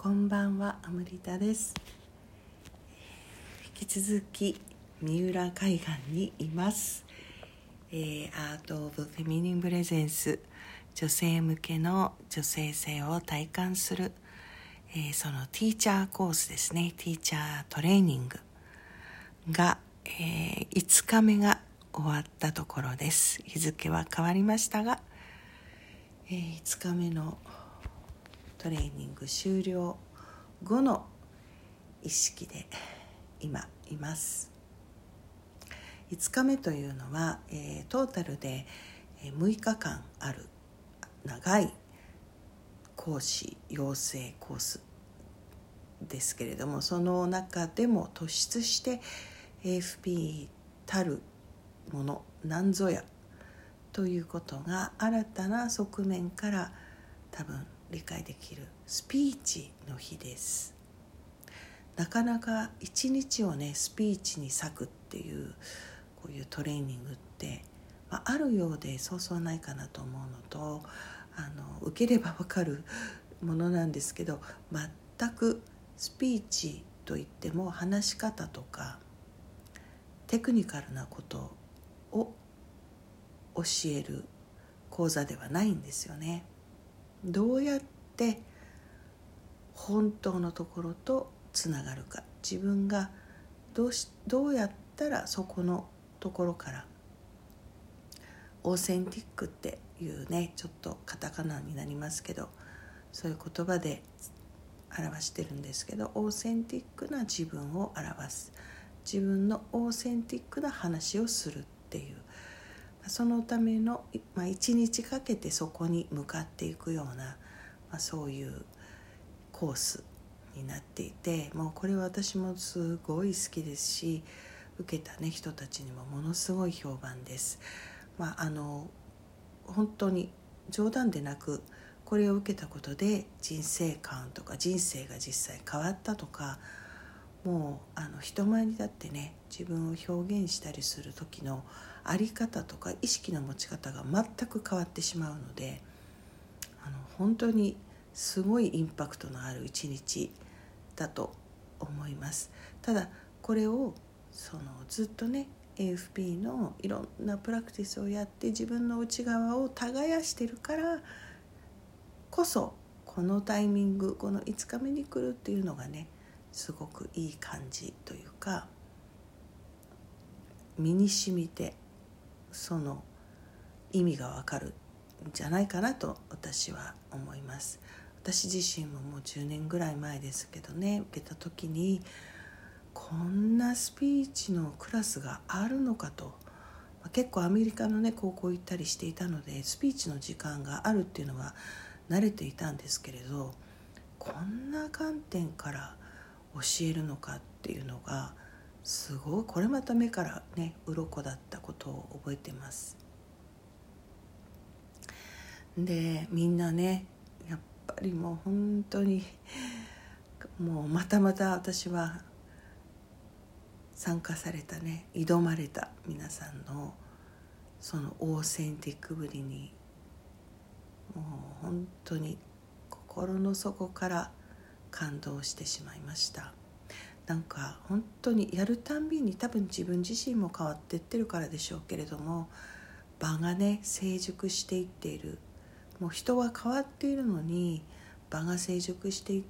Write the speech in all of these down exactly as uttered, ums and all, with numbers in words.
こんばんは、アムリタです。引き続き三浦海岸にいます。えー、アート・オブ・フェミニン・プレゼンス、女性向けの女性性を体感する、えー、そのティーチャーコースですね。ティーチャートレーニングが、えー、いつかめが終わったところです。日付は変わりましたが、えー、いつかめのトレーニング終了後の意識で今います。いつかめというのは、えー、トータルでむいかかんある長い講師養成コースですけれども、その中でも突出して エーエフピー たるものなんぞやということが新たな側面から多分理解できるスピーチの日です。なかなか一日をねスピーチに割くっていうこういうトレーニングって、まあ、あるようでそうそうないかなと思うのと、あの受ければ分かるものなんですけど、全くスピーチといっても話し方とかテクニカルなことを教える講座ではないんですよね。どうやって本当のところとつながるか、自分がどうし、どうやったらそこのところからオーセンティックっていうね、ちょっとカタカナになりますけど、そういう言葉で表してるんですけど、オーセンティックな自分を表す、自分のオーセンティックな話をするっていう、そのための、まあ、一日かけてそこに向かっていくような、まあ、そういうコースになっていて、もうこれは私もすごい好きですし、受けた、ね、人たちにもものすごい評判です。まあ、あの本当に冗談でなく、これを受けたことで人生観とか人生が実際変わったとか、もうあの人前に立ってね自分を表現したりする時のあり方とか意識の持ち方が全く変わってしまうので、あの本当にすごいインパクトのある一日だと思います。ただこれをそのずっとね エーエフピー のいろんなプラクティスをやって自分の内側を耕してるからこそ、このタイミング、このいつかめに来るっていうのがねすごくいい感じというか、身に染みてその意味がわかるんじゃないかなと私は思います。私自身ももうじゅうねんぐらい前ですけどね、受けた時にこんなスピーチのクラスがあるのかと、結構アメリカのね高校行ったりしていたのでスピーチの時間があるっていうのは慣れていたんですけれど、こんな観点から教えるのかっていうのがすごい、これまた目からね鱗だったことを覚えてます。でみんなねやっぱりもう本当にもうまたまた私は参加されたね、挑まれた皆さんのそのオーセンティックぶりにもう本当に心の底から感動してしまいました。なんか本当にやるたんびに、多分自分自身も変わっていってるからでしょうけれども、場がね成熟していっている。もう人は変わっているのに場が成熟していって、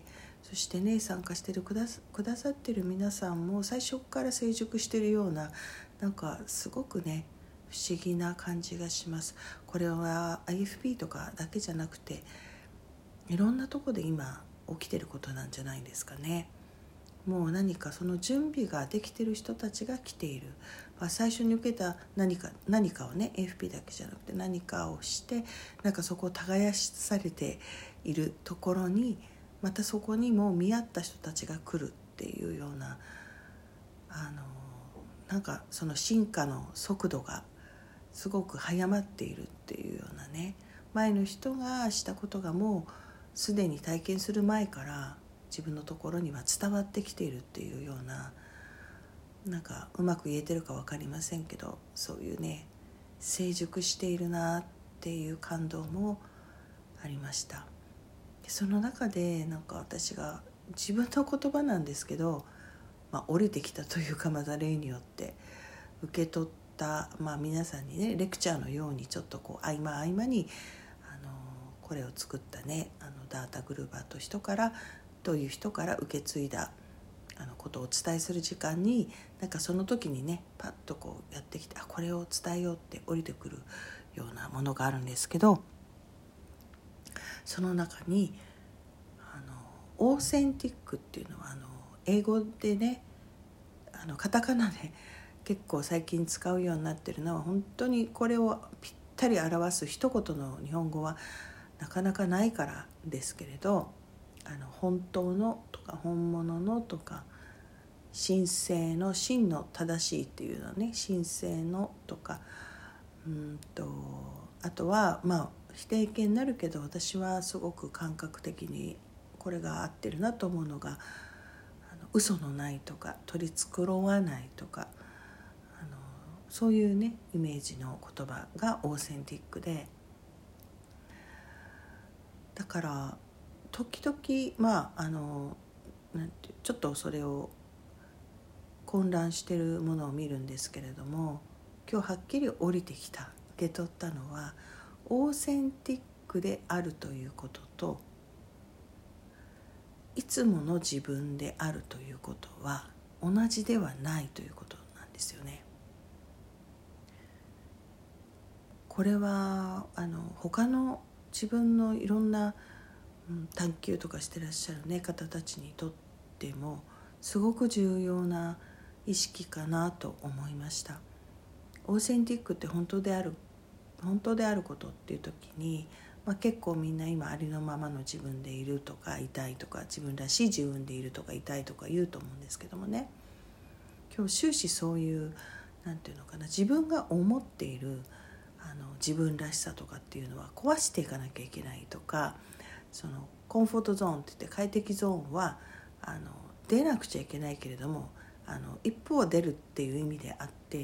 そしてね参加してるくださ、くださってる皆さんも最初から成熟しているような、なんかすごくね不思議な感じがします。これは アイエフピー とかだけじゃなくて、いろんなとこで今起きてることなんじゃないですかね。もう何かその準備ができている人たちが来ている、まあ、最初に受けた何か何かをね エーエフピー だけじゃなくて何かをして、なんかそこを耕されているところに、またそこにも見合った人たちが来るっていうような、あのなんかその進化の速度がすごく早まっているっていうようなね、前の人がしたことがもうすでに体験する前から自分のところには伝わってきているっていうような、なんかうまく言えてるか分かりませんけど、そういうね成熟しているなっていう感動もありました。 その中でなんか私が自分の言葉なんですけど、まあ、降りてきたというか、また例によって受け取った、まあ、皆さんにねレクチャーのようにちょっとこう合間合間にあのこれを作ったねあのダータ・グルーバーという人からという人から受け継いだあのことをお伝えする時間に、なんかその時にねパッとこうやってきて、あこれを伝えようって降りてくるようなものがあるんですけど、その中にあのオーセンティックっていうのはあの英語でねあのカタカナで結構最近使うようになってるのは、本当にこれをぴったり表す一言の日本語はなかなかないからですけれど、あの本当のとか本物のとか神聖の真の正しいっていうのはね、神聖のとかうんとあとはまあ否定形になるけど、私はすごく感覚的にこれが合ってるなと思うのが、あの嘘のないとか取り繕わないとか、あのそういうねイメージの言葉がオーセンティックで、だから時々まああのなんてちょっとそれを混乱しているものを見るんですけれども、今日はっきり降りてきた受け取ったのはオーセンティックであるということと、いつもの自分であるということは同じではないということなんですよね。これはあの他の自分のいろんな、うん、探求とかしてらっしゃる、ね、方たちにとってもすごく重要な意識かなと思いました。オーセンティックって本当である本当であることっていう時に、まあ、結構みんな今ありのままの自分でいるとかいたいとか、自分らしい自分でいるとかいたいとか言うと思うんですけどもね、今日終始そういうなんていうのかな、自分が思っているあの自分らしさとかっていうのは壊していかなきゃいけないとか、そのコンフォートゾーンって言って快適ゾーンはあの出なくちゃいけないけれども、あの一方出るっていう意味であって、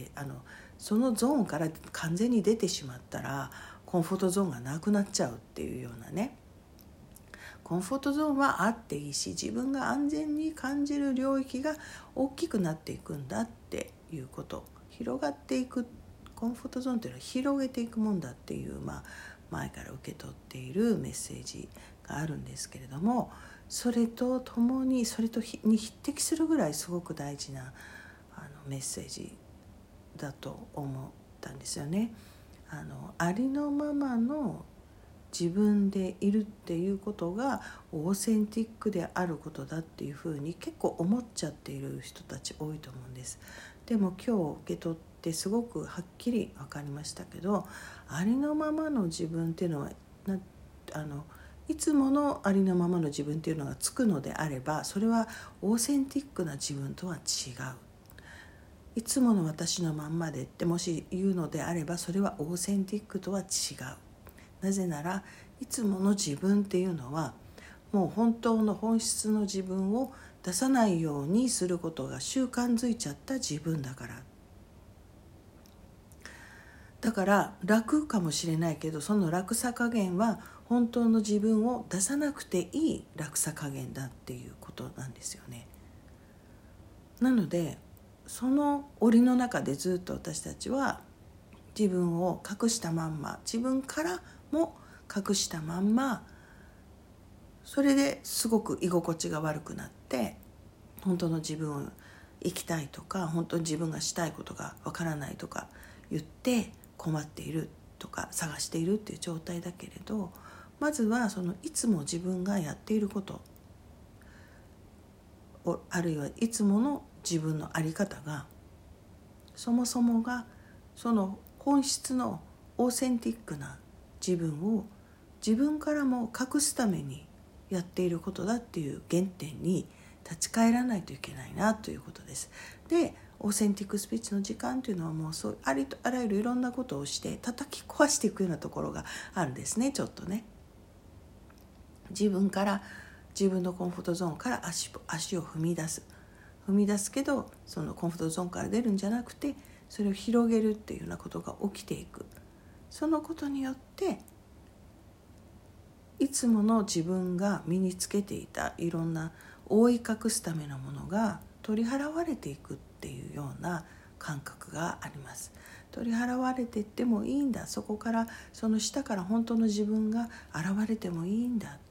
あのそのゾーンから完全に出てしまったらコンフォートゾーンがなくなっちゃうっていうようなね、コンフォートゾーンはあっていいし、自分が安全に感じる領域が大きくなっていくんだっていうこと、広がっていく、コンフォートゾーンっていうのは広げていくもんだっていう、まあ、前から受け取っているメッセージがあるんですけれども、それとともにそれとに匹敵するぐらいすごく大事なあのメッセージだと思ったんですよね。あのありのままの自分でいるっていうことがオーセンティックであることだっていうふうに結構思っちゃっている人たち多いと思うんです。でも今日受け取ってすごくはっきり分かりましたけど、ありのままの自分っていうのはなあのいつものありのままの自分っていうのがつくのであれば、それはオーセンティックな自分とは違う。いつもの私のまんまでってもし言うのであれば、それはオーセンティックとは違う。なぜならいつもの自分っていうのはもう本当の本質の自分を出さないようにすることが習慣づいちゃった自分だから。だから楽かもしれないけど、その楽さ加減は本当の自分を出さなくていい楽さ加減だっていうことなんですよね。なのでその檻の中でずっと私たちは自分を隠したまんま、自分からも隠したまんま、それですごく居心地が悪くなって、本当の自分を生きたいとか本当に自分がしたいことがわからないとか言って困っているとか探しているっていう状態だけれど、まずはそのいつも自分がやっていることを、あるいはいつもの自分の在り方がそもそもがその本質のオーセンティックな自分を自分からも隠すためにやっていることだっていう原点に立ち返らないといけないなということです。で、オーセンティックスピーチの時間というのはもうそうありとあらゆるいろんなことをして叩き壊していくようなところがあるんですね。ちょっとね、自分から自分のコンフォートゾーンから足、足を踏み出す踏み出すけど、そのコンフォートゾーンから出るんじゃなくて、それを広げるっていうようなことが起きていく。そのことによっていつもの自分が身につけていたいろんな覆い隠すためのものが取り払われていくっていうような感覚があります。取り払われていってもいいんだ、そこからその下から本当の自分が現れてもいいんだ、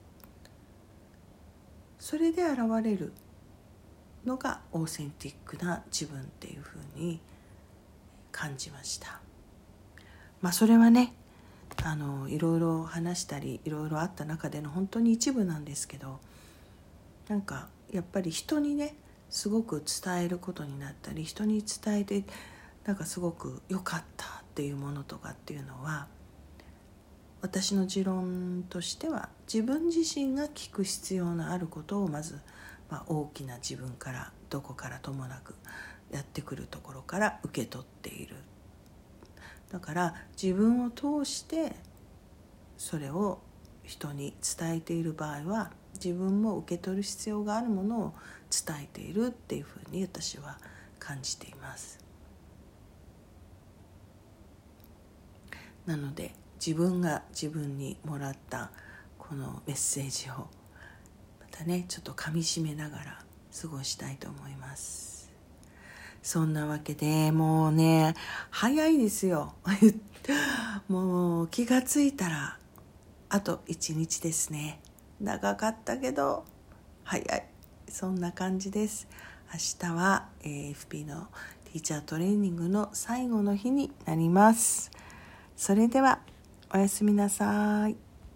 それで現れるのがオーセンティックな自分っていうふうに感じました。まあそれはね、あのいろいろ話したりいろいろあった中での本当に一部なんですけど、なんかやっぱり人にねすごく伝えることになったり、人に伝えてなんかすごく良かったっていうものとかっていうのは、私の持論としては自分自身が聞く必要のあることをまず、まあ、大きな自分からどこからともなくやってくるところから受け取っている。だから自分を通してそれを人に伝えている場合は、自分も受け取る必要があるものを伝えているっていうふうに私は感じています。なので自分が自分にもらったこのメッセージをまたねちょっと噛み締めながら過ごしたいと思います。そんなわけでもうね早いですよもう気がついたらあと一日ですね。長かったけど早い、そんな感じです。明日は エーエフピー のティーチャートレーニングの最後の日になります。それではおやすみなさい。